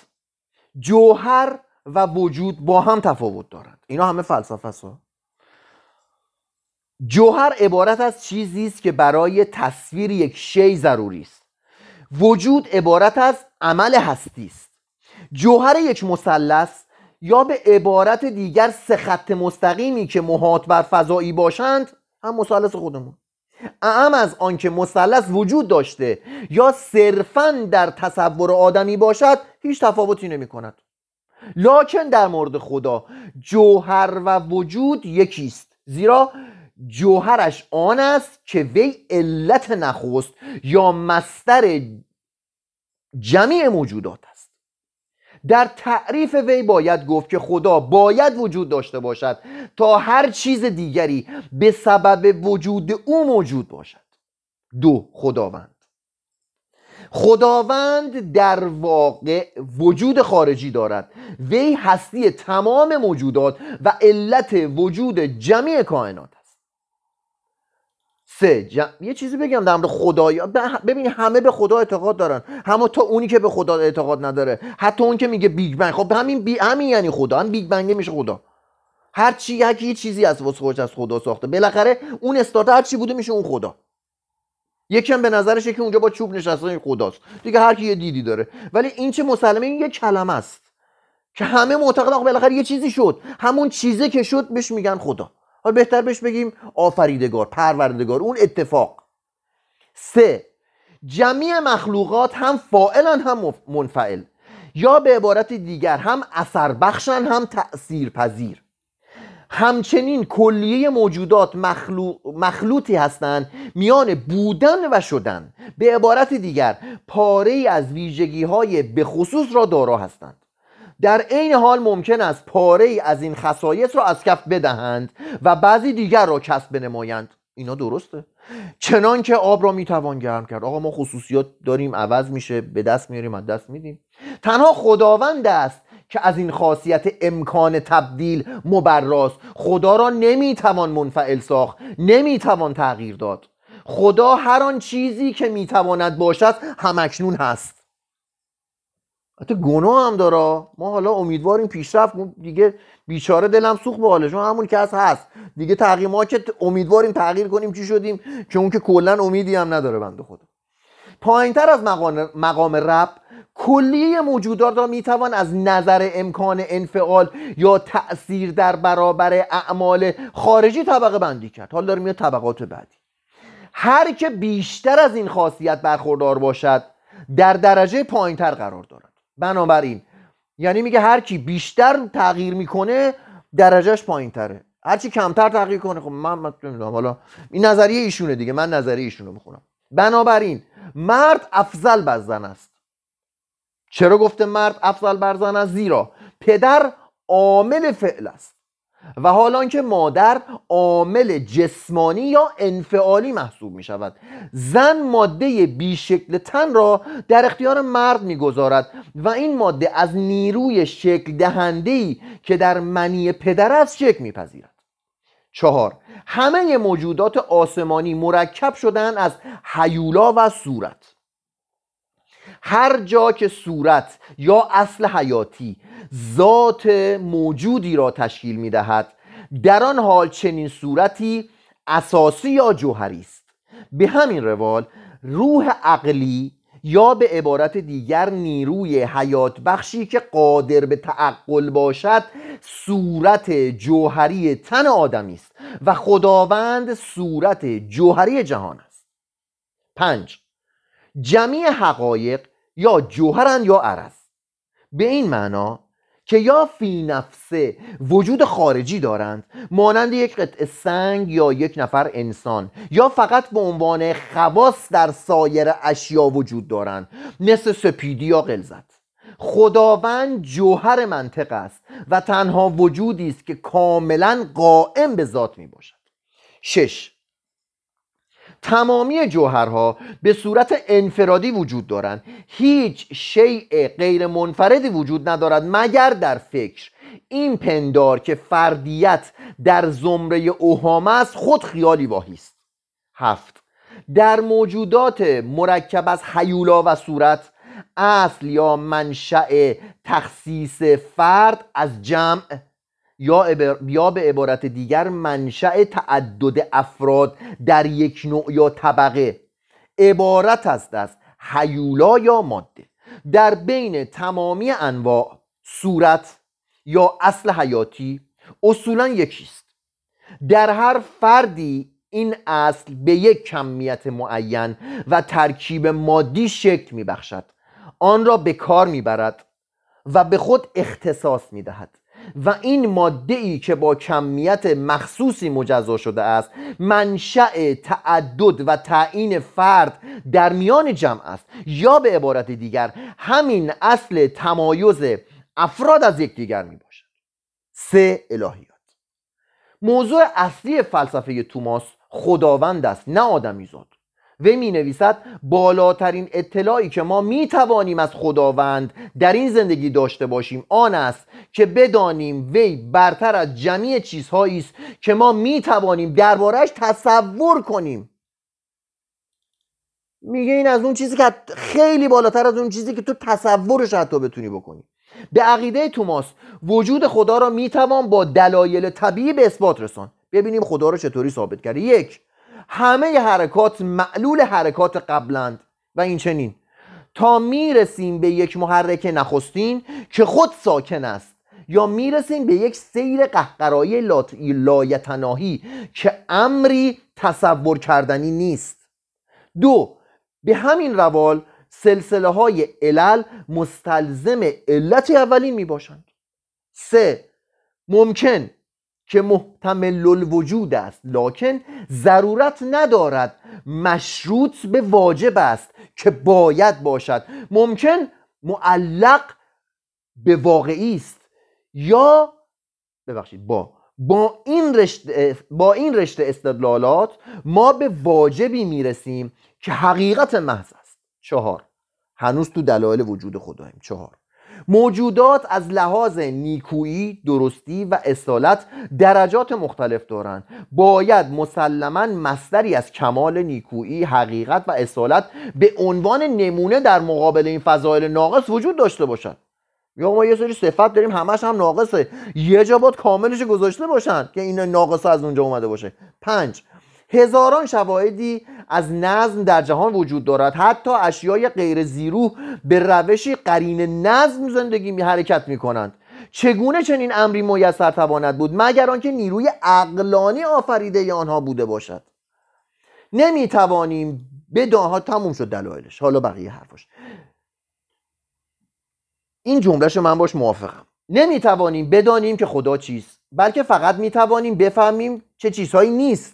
جوهر و وجود با هم تفاوت دارند. اینا همه فلسفه است. جوهر عبارت از چیزی است که برای تصویر یک شی ضروری است. وجود عبارت از عمل هستی است. جوهر یک مثلث یا به عبارت دیگر سه خط مستقیمی که محاط بر فضایی باشند هم مثلث خودمون، اعم از آنکه مثلث وجود داشته یا صرفاً در تصور آدمی باشد هیچ تفاوتی نمی کند. لکن در مورد خدا جوهر و وجود یکیست، زیرا جوهرش آن است که وی علت نخست یا مصدر جمیع موجودات است. در تعریف وی باید گفت که خدا باید وجود داشته باشد تا هر چیز دیگری به سبب وجود او موجود باشد. 2. خداوند در واقع وجود خارجی دارد. وی هستی تمام موجودات و علت وجود جمیع کائنات است. 3. یه چیزی بگم در مورد خدایا. ببین همه به خدا اعتقاد دارن، همه تا اونی که به خدا اعتقاد نداره، حتی اون که میگه بیگ بنگ. خب همین یعنی خدا، هم بیگ بنگ میشه خدا. هر چی یه چیزی از واسه خودش از خدا ساخته، بالاخره اون استارت هر چی بوده میشه اون خدا. یکم به نظرش که اونجا با چوب نشسته این خداست دیگه، هر کی یه دیدی داره. ولی این چه مسلمه، این یه کلمه است که همه معتقدن بالاخره یه چیزی شد، همون چیزی که شد بهش میگن خدا. حالا بهتر بهش بگیم آفریدگار، پروردگار، اون اتفاق. 3. جمیع مخلوقات هم فاعلن هم منفعل، یا به عبارت دیگر هم اثر بخشن هم تأثیر پذیر. همچنین کلیه موجودات مخلوطی هستند میان بودن و شدن. به عبارت دیگر پاره‌ای از ویژگی‌های بخصوص را دارا هستند. در عین حال ممکن است پاره‌ای از این خصایص را از کف بدهند و بعضی دیگر را کسب بنمایند. اینا درسته. چنان که آب را میتوان گرم کرد. آقا ما خصوصیات داریم، عوض میشه، به دست میاریم، از دست میدیم. تنها خداوند است که از این خاصیت امکان تبدیل مبراست. خدا را نمیتوان منفعل ساخت، نمیتوان تغییر داد. خدا هر آن چیزی که میتواند باشد همکنون هست. حتی گناه هم داره. ما حالا امیدواریم پیشرفت، دیگه بیچاره دلم سوخت به حالش، همون که هست دیگه. تغییر ما که امیدواریم تغییر کنیم چی شدیم که اون که کلا امیدی هم نداره بنده خدا. پایینتر از مقام رب کلیه موجودات را میتوان از نظر امکان انفعال یا تأثیر در برابر اعمال خارجی طبقه بندی کرد. حالا داریم میاد طبقات بعدی. هر که بیشتر از این خاصیت برخوردار باشد در درجه پایینتر قرار دارد. بنابراین یعنی میگه هر کی بیشتر تغییر میکنه درجهش پایینتره، هر چی کمتر تغییر کنه. خب من نمیدونم، حالا این نظریه ایشونه دیگه، من نظریه ایشونو میخونم. بنابراین مرد افضل بر زن است. چرا گفته مرد افضل بر زن است؟ زیرا پدر عامل فعل است و حالا که مادر عامل جسمانی یا انفعالی محسوب می شود. زن ماده بیشکل تن را در اختیار مرد می گذارد و این ماده از نیروی شکل دهنده‌ای که در منی پدر است شکل می پذیرد. 4. همه موجودات آسمانی مرکب شدن از هیولا و صورت. هر جا که صورت یا اصل حیاتی ذات موجودی را تشکیل می دهد، در آن حال چنین صورتی اساسی یا جوهری است. به همین روال روح عقلی یا به عبارت دیگر نیروی حیات بخشی که قادر به تعقل باشد صورت جوهری تن آدمی است و خداوند صورت جوهری جهان است. 5. جمیع حقایق یا جوهرند یا عرض، به این معنا که یا فی نفسه وجود خارجی دارند مانند یک قطعه سنگ یا یک نفر انسان، یا فقط به عنوان خواص در سایر اشیا وجود دارند مثل سپیدی یا غلظت. خداوند جوهر منطق است و تنها وجودی است که کاملا قائم به ذات می باشد. 6. تمامی جوهرها به صورت انفرادی وجود دارند. هیچ شیء غیر منفردی وجود ندارد مگر در فکر. این پندار که فردیت در زمره اوهام است خود خیالی واهی است. 7. در موجودات مرکب از هیولا و صورت اصل یا منشأ تخصیص فرد از جمع یا به عبارت دیگر منشأ تعدد افراد در یک نوع یا طبقه عبارت است از هیولا یا ماده در بین تمامی انواع صورت یا اصل حیاتی اصولا یکیست. در هر فردی این اصل به یک کمیت معین و ترکیب مادی شکل می‌بخشد، آن را به کار می‌برد و به خود اختصاص می‌دهد و این ماده ای که با کمیت مخصوصی مجزا شده است منشأ تعدد و تعیین فرد در میان جمع است، یا به عبارت دیگر همین اصل تمایز افراد از یکدیگر میباشد. 3. الهیات. موضوع اصلی فلسفه توماس خداوند است، نه آدمیزاد. وی می نویسد بالاترین اطلاعی که ما می توانیم از خداوند در این زندگی داشته باشیم آن است که بدانیم وی برتر از جمیع چیزهایی است که ما می توانیم درباره‌اش تصور کنیم. میگه این از اون چیزی که خیلی بالاتر از اون چیزی که تو تصورش حتی بتونی بکنی. به عقیده توماس وجود خدا را می توان با دلایل طبیعی به اثبات رساند. ببینیم خدا را چطوری ثابت کرده. 1. همه حرکات معلول حرکات قبلند و این چنین تا میرسیم به یک محرک نخستین که خود ساکن است، یا میرسیم به یک سیر قهقرایی لایتناهی که امری تصور کردنی نیست. 2. به همین روال سلسله های علل مستلزم علت اولین می باشند. 3. ممکن که محتمل الوجود است لکن ضرورت ندارد مشروط به واجب است که باید باشد. ممکن معلق به واقعی است، یا با این رشته استدلالات ما به واجبی میرسیم که حقیقت محض است. 4. هنوز تو دلایل وجود خداییم. 4. موجودات از لحاظ نیکویی، درستی و اصالت درجات مختلف دارند. باید مسلماً مصدری از کمال نیکویی، حقیقت و اصالت به عنوان نمونه در مقابل این فضایل ناقص وجود داشته باشد. یا ما یه سری صفت داریم همش هم ناقصه، یه جا باید کاملش گذاشته باشن که این ناقصه از اونجا اومده باشه. 5. هزاران شواهدی از نظم در جهان وجود دارد. حتی اشیای غیر زیروح به روشی قرین نظم زندگی حرکت می کنند. چگونه چنین امری میسر تواند بود مگر آنکه نیروی عقلانی آفریده آنها بوده باشد؟ نمی توانیم بدانها. تموم شد دلایلش، حالا بقیه حرفش. این جملهشو من باش موافقم. نمی توانیم بدانیم که خدا چیست، بلکه فقط می توانیم بفهمیم چه چیزهایی نیست.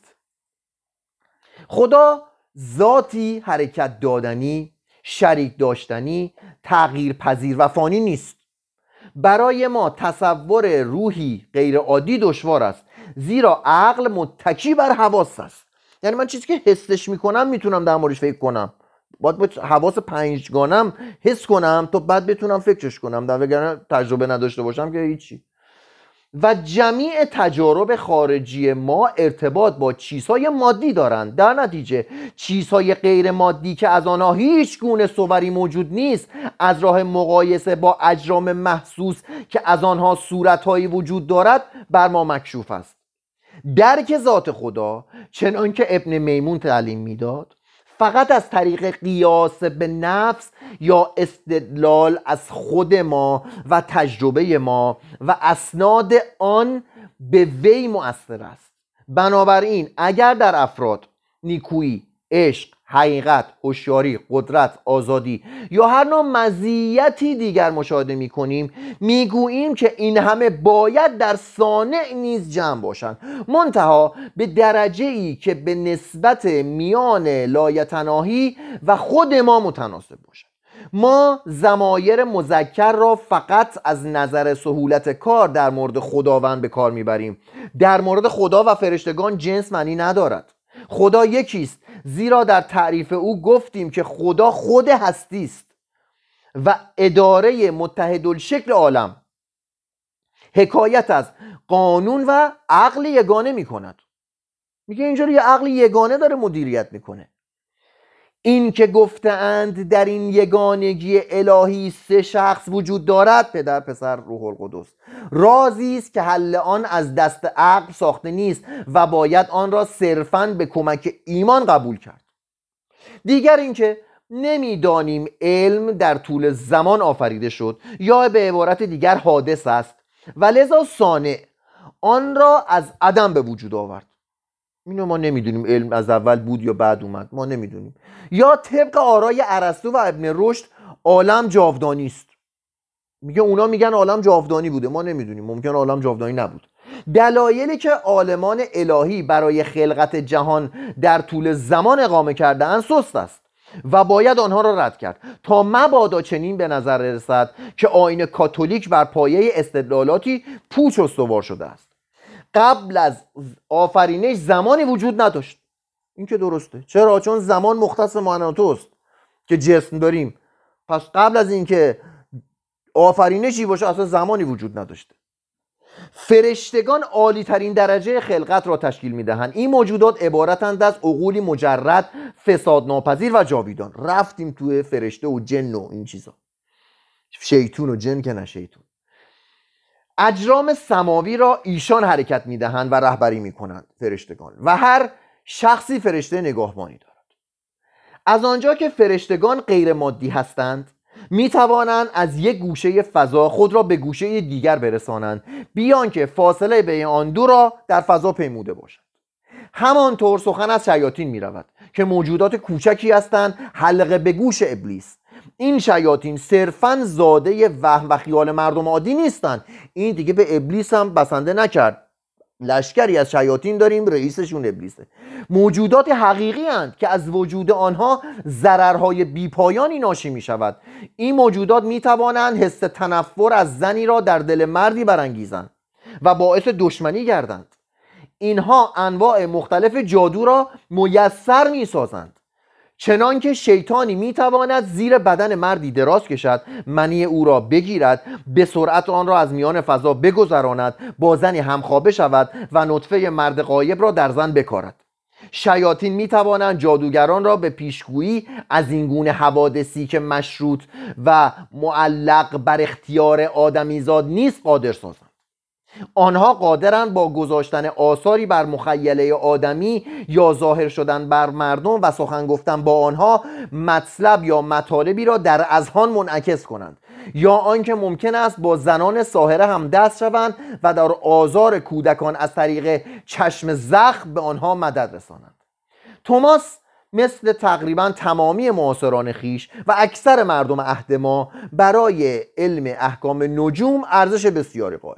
خدا ذاتی حرکت دادنی، شریک داشتنی، تغییر پذیر و فانی نیست. برای ما تصور روحی غیر عادی دشوار است، زیرا عقل متکی بر حواس است. یعنی من چیزی که حسش میکنم میتونم در موردش فکر کنم، باید با حواس 5گانم حس کنم تا بعد بتونم فکرش کنم، در وگرنه تجربه نداشته باشم که هیچی. و جمیع تجارب خارجی ما ارتباط با چیزهای مادی دارند. در نتیجه چیزهای غیر مادی که از آنها هیچ گونه صوری موجود نیست، از راه مقایسه با اجرام محسوس که از آنها صورتهایی وجود دارد بر ما مکشوف است. درک ذات خدا چنان که ابن میمون تعلیم میداد فقط از طریق قیاس به نفس یا استدلال از خود ما و تجربه ما و اسناد آن به وی مؤثر است. بنابراین اگر در افراد نیکویی، عشق، حقیقت، هوشیاری، قدرت، آزادی یا هر نوع مزیتی دیگر مشاهده می‌کنیم، میگوییم که این همه باید در صانع نیز جمع باشند، منتها به درجه‌ای که به نسبت میان لایتناهی و خود ما متناسب باشد. ما ضمایر مذکر را فقط از نظر سهولت کار در مورد خداوند به کار میبریم. در مورد خدا و فرشتگان جنس معنی ندارد. خدا یکیست، زیرا در تعریف او گفتیم که خدا خود هستی است و اداره متحدالشکل عالم حکایت از قانون و عقل یگانه می کند. میگه اینجا یه عقل یگانه داره مدیریت میکنه. این که گفته‌اند در این یگانگی الهی سه شخص وجود دارد، پدر، پسر، روح القدس، رازی است که حل آن از دست عقل ساخته نیست و باید آن را صرفاً به کمک ایمان قبول کرد. دیگر اینکه نمیدانیم علم در طول زمان آفریده شد یا به عبارت دیگر حادث است و لذا صانع آن را از عدم به وجود آورد. اینو ما نمیدونیم علم از اول بود یا بعد اومد، ما نمیدونیم. یا طبق آرای ارسطو و ابن رشد عالم جاودانی است. اونا میگن عالم جاودانی بوده، ما نمیدونیم، ممکن عالم جاودانی نبود. دلایلی که عالمان الهی برای خلقت جهان در طول زمان اقامه کرده‌اند سست است و باید آنها را رد کرد تا مبادا چنین به نظر رسد که آیین کاتولیک بر پایه استدلالاتی پوچ استوار شده است. قبل از آفرینش زمانی وجود نداشت. این که درسته. چرا؟ چون زمان مختص معناتوست که جسم داریم. پس قبل از اینکه آفرینشی باشه اصلا زمانی وجود نداشته. فرشتگان عالی ترین درجه خلقت را تشکیل میدهند. این موجودات عبارتند از عقولی مجرد، فساد ناپذیر و جاویدان. رفتیم توی فرشته و جن و این چیزا، شیطون و جن که نه شیطون. اجرام سماوی را ایشان حرکت میدهند و رهبری میکنند، فرشتگان، و هر شخصی فرشته نگاهبانی دارد. از آنجا که فرشتگان غیر مادی هستند میتوانند از یک گوشه فضا خود را به گوشه دیگر برسانند بیان که فاصله بین آن دو را در فضا پیموده باشد. همانطور سخن از شیاطین میرود که موجودات کوچکی هستند حلقه به گوش ابلیس. این شیاطین صرفاً زاده وهم و خیال مردم عادی نیستند. این دیگه به ابلیس هم بسنده نکرد. لشکری از شیاطین داریم، رئیسشون ابلیسه. موجودات حقیقی اند که از وجود آنها ضررهای بیپایانی ناشی می شود. این موجودات می توانند حس تنفر از زنی را در دل مردی برانگیزند و باعث دشمنی گردند. اینها انواع مختلف جادو را میسر می سازند، چنان که شیطانی میتواند زیر بدن مردی دراز کشد، منی او را بگیرد، به سرعت آن را از میان فضا بگذراند، با زنی همخوابه شود و نطفه مرد غایب را در زن بکارد. شیاطین میتوانند جادوگران را به پیشگویی از این گونه حوادثی که مشروط و معلق بر اختیار آدمیزاد نیست قادر سازند. آنها قادرند با گذاشتن آثاری بر مخیله آدمی یا ظاهر شدن بر مردم و سخن گفتن با آنها مطلب یا مطالبی را در اذهان منعکس کنند، یا آنکه ممکن است با زنان ساحره هم دست شوند و در آزار کودکان از طریق چشم زخم به آنها مدد رسانند. توماس مثل تقریبا تمامی معاصران خیش و اکثر مردم عهد ما برای علم احکام نجوم ارزش بسیاری قائل.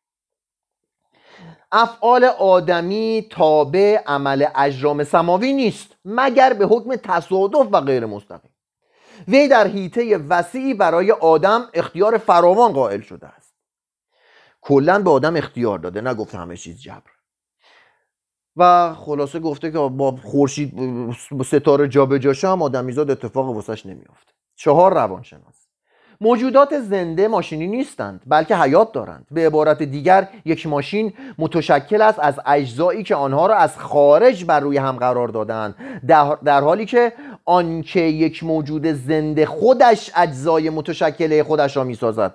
افعال آدمی تابع عمل اجرام سماوی نیست مگر به حکم تصادف و غیر مستقیم. وی در حیطه وسیعی برای آدم اختیار فراوان قائل شده است. کلاً به آدم اختیار داده، نگفته همه چیز جبر. و خلاصه گفته که با خورشید ستاره جابجا شه هم آدمیزاد اتفاق واسش نمیافته. 4 روانشناس: موجودات زنده ماشینی نیستند بلکه حیات دارند. به عبارت دیگر یک ماشین متشکل است از اجزایی که آنها را از خارج بر روی هم قرار دادند، در حالی که آنکه یک موجود زنده خودش اجزای متشکله خودش را میسازد.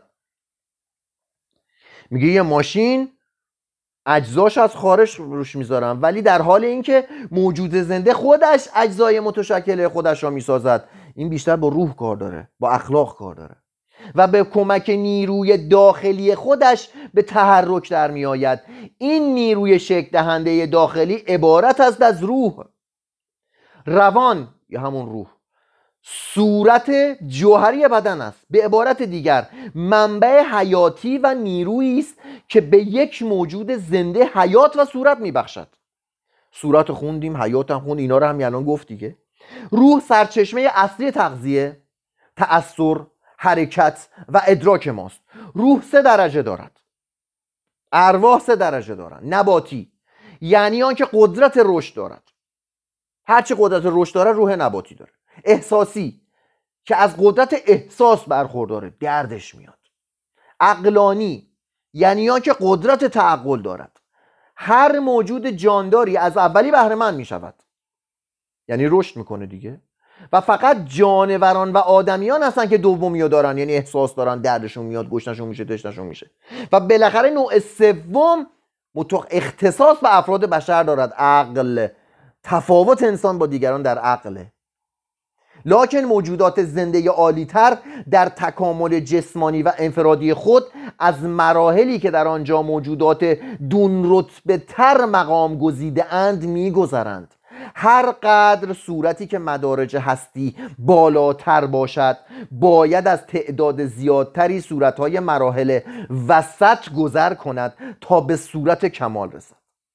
میگه یه ماشین اجزاش از خارج روش میذارن، ولی در حال اینکه موجود زنده خودش اجزای متشکله خودش را میسازد. این بیشتر با روح کار داره، با اخلاق کار داره و به کمک نیروی داخلی خودش به تحرک در می آید. این نیروی شکل دهنده داخلی عبارت است از روح. روان یا همون روح صورت جوهری بدن است. به عبارت دیگر منبع حیاتی و نیرویی است که به یک موجود زنده حیات و صورت می بخشد. صورت خوندیم، حیات هم خوند، اینا رو هم الان گفت دیگه. روح سرچشمه اصلی تغذیه، تأثیر، حرکت و ادراک ماست. روح 3 درجه دارد. ارواح 3 درجه دارند. نباتی یعنی آن که قدرت رشد دارد، هرچی قدرت رشد داره روح نباتی داره. احساسی که از قدرت احساس برخورداره، دردش میاد. عقلانی یعنی آن که قدرت تعقل دارد. هر موجود جانداری از اولی بهره مند می شود، یعنی رشد میکنه دیگه. و فقط جانوران و آدمیان هستن که دومیو دارن، یعنی احساس دارن، دردشون میاد، گشنشون میشه، تشنشون میشه. و بالاخره نوع سوم اختصاص به افراد بشر دارد، عقل. تفاوت انسان با دیگران در عقله. لکن موجودات زنده عالی‌تر در تکامل جسمانی و انفرادی خود از مراحلی که در آنجا موجودات دون رتبه تر مقام گزیده اند می‌گذرند. هر قدر صورتی که مدارج هستی بالاتر باشد، باید از تعداد زیادتری صورتهای مراحل وسط گذر کند تا به صورت کمال رسد.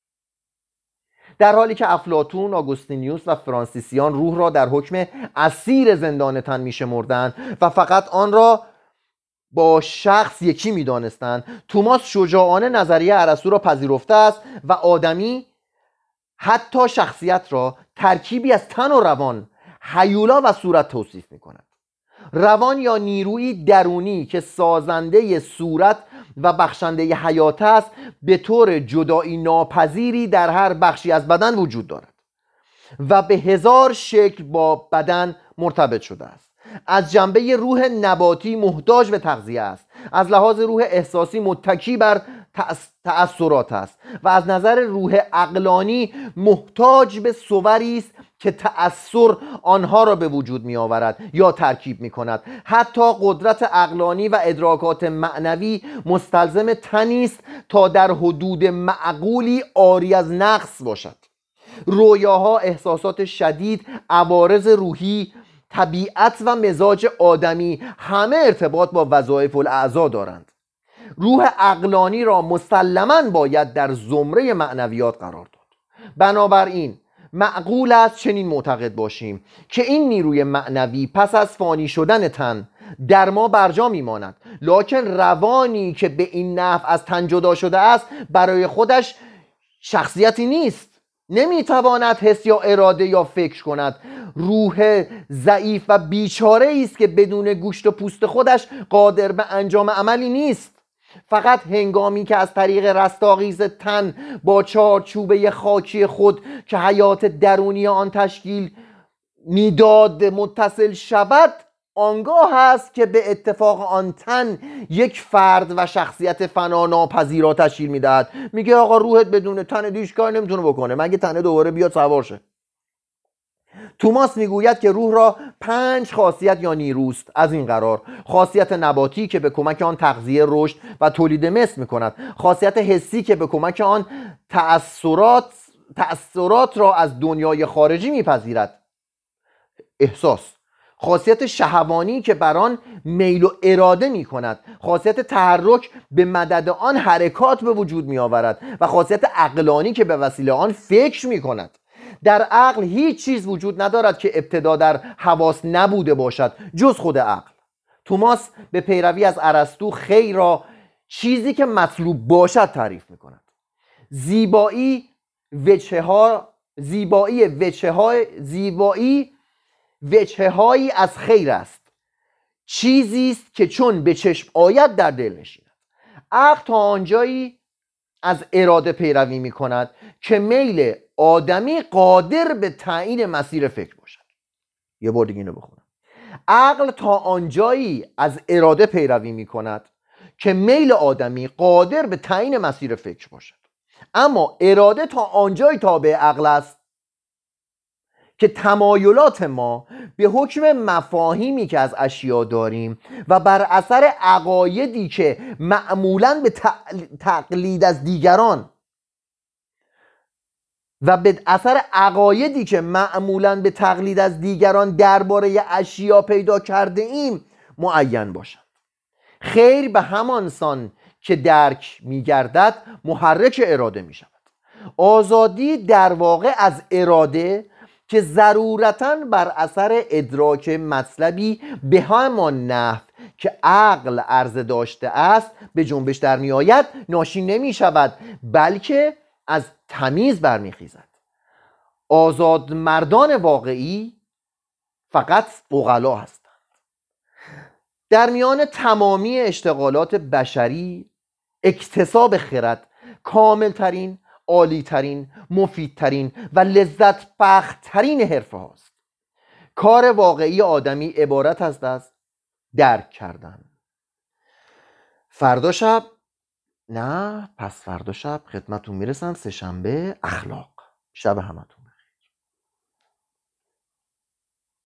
در حالی که افلاطون، آگوستینیوس و فرانسیسیان روح را در حکم اسیر زندان تن می‌شمردند و فقط آن را با شخص یکی می‌دانستند، توماس شجاعانه نظریه ارسطو را پذیرفته است و آدمی حتی شخصیت را ترکیبی از تن و روان، هیولا و صورت توصیف می‌کند. روان یا نیروی درونی که سازنده صورت و بخشنده حیات است، به طور جدایی ناپذیری در هر بخشی از بدن وجود دارد و به هزار شکل با بدن مرتبط شده است. از جنبه روح نباتی محتاج به تغذیه است، از لحاظ روح احساسی متکی بر تأثیرات است و از نظر روح عقلانی محتاج به صوری است که تأثیر آنها را به وجود می آورد یا ترکیب می کند. حتی قدرت عقلانی و ادراکات معنوی مستلزم تنی است تا در حدود معقولی عاری از نقص باشد. رویاها، احساسات شدید، عوارض روحی، طبیعت و مزاج آدمی همه ارتباط با وظایف الاعضا دارند. روح عقلانی را مسلماً باید در زمره معنویات قرار داد. بنابراین معقول است چنین معتقد باشیم که این نیروی معنوی پس از فانی شدن تن در ما برجا میماند، لکن روانی که به این نحو از تن جدا شده است برای خودش شخصیتی نیست. نمیتواند حس یا اراده یا فکر کند. روح ضعیف و بیچاره است که بدون گوشت و پوست خودش قادر به انجام عملی نیست. فقط هنگامی که از طریق رستاخیز تن با چارچوبه خاکی خود که حیات درونی آن تشکیل میداد متصل شود، آنگاه است که به اتفاق آن تن یک فرد و شخصیت فناناپذیر را تشکیل میدهد. میگه آقا روحت بدون تن دیش کار نمیتونه بکنه مگه تنه دوباره بیاد سوار شه. توماس میگوید که روح را 5 خاصیت یا نیروست. از این قرار خاصیت نباتی که به کمک آن تغذیه، رشد و تولید مثل میکند، خاصیت حسی که به کمک آن تأثیرات را از دنیای خارجی میپذیرد، احساس، خاصیت شهوانی که بر آن میل و اراده می کند، خاصیت تحرک به مدد آن حرکات به وجود می آورد و خاصیت عقلانی که به وسیله آن فکر می کند. در عقل هیچ چیز وجود ندارد که ابتدا در حواس نبوده باشد جز خود عقل. توماس به پیروی از ارسطو خیر را چیزی که مطلوب باشد تعریف می کند. زیبایی وجههایی از خیر است، چیزی است که چون به چشم آید در دل نشیند. عقل تا آنجایی از اراده پیروی می کند که میل آدمی قادر به تعیین مسیر فکر باشد. یه بار دیگه اینو بخونم. عقل تا آنجایی از اراده پیروی می کند که میل آدمی قادر به تعیین مسیر فکر باشد، اما اراده تا آنجایی تابع عقل است که تمایلات ما به حکم مفاهیمی که از اشیا داریم و بر اثر عقایدی که معمولاً به تقلید از دیگران درباره اشیا پیدا کرده ایم معین باشند. خیر به همان سان که درک می‌گردد محرک اراده می‌شود. آزادی در واقع از اراده که ضرورتاً بر اثر ادراک مطلبی به همان نحو که عقل عرضه داشته است به جنبش در می آید ناشی نمی شود، بلکه از تمیز برمیخیزد. آزاد مردان واقعی فقط عقلا هستند. در میان تمامی اشتغالات بشری اکتساب خرد کاملترین، عالیترین، مفیدترین و لذت بخشترین حرفه هاست. کار واقعی آدمی عبارت است از درک کردن. فردا شب، نه پس فردا شب خدمتون میرسم، سه‌شنبه اخلاق. شب همتون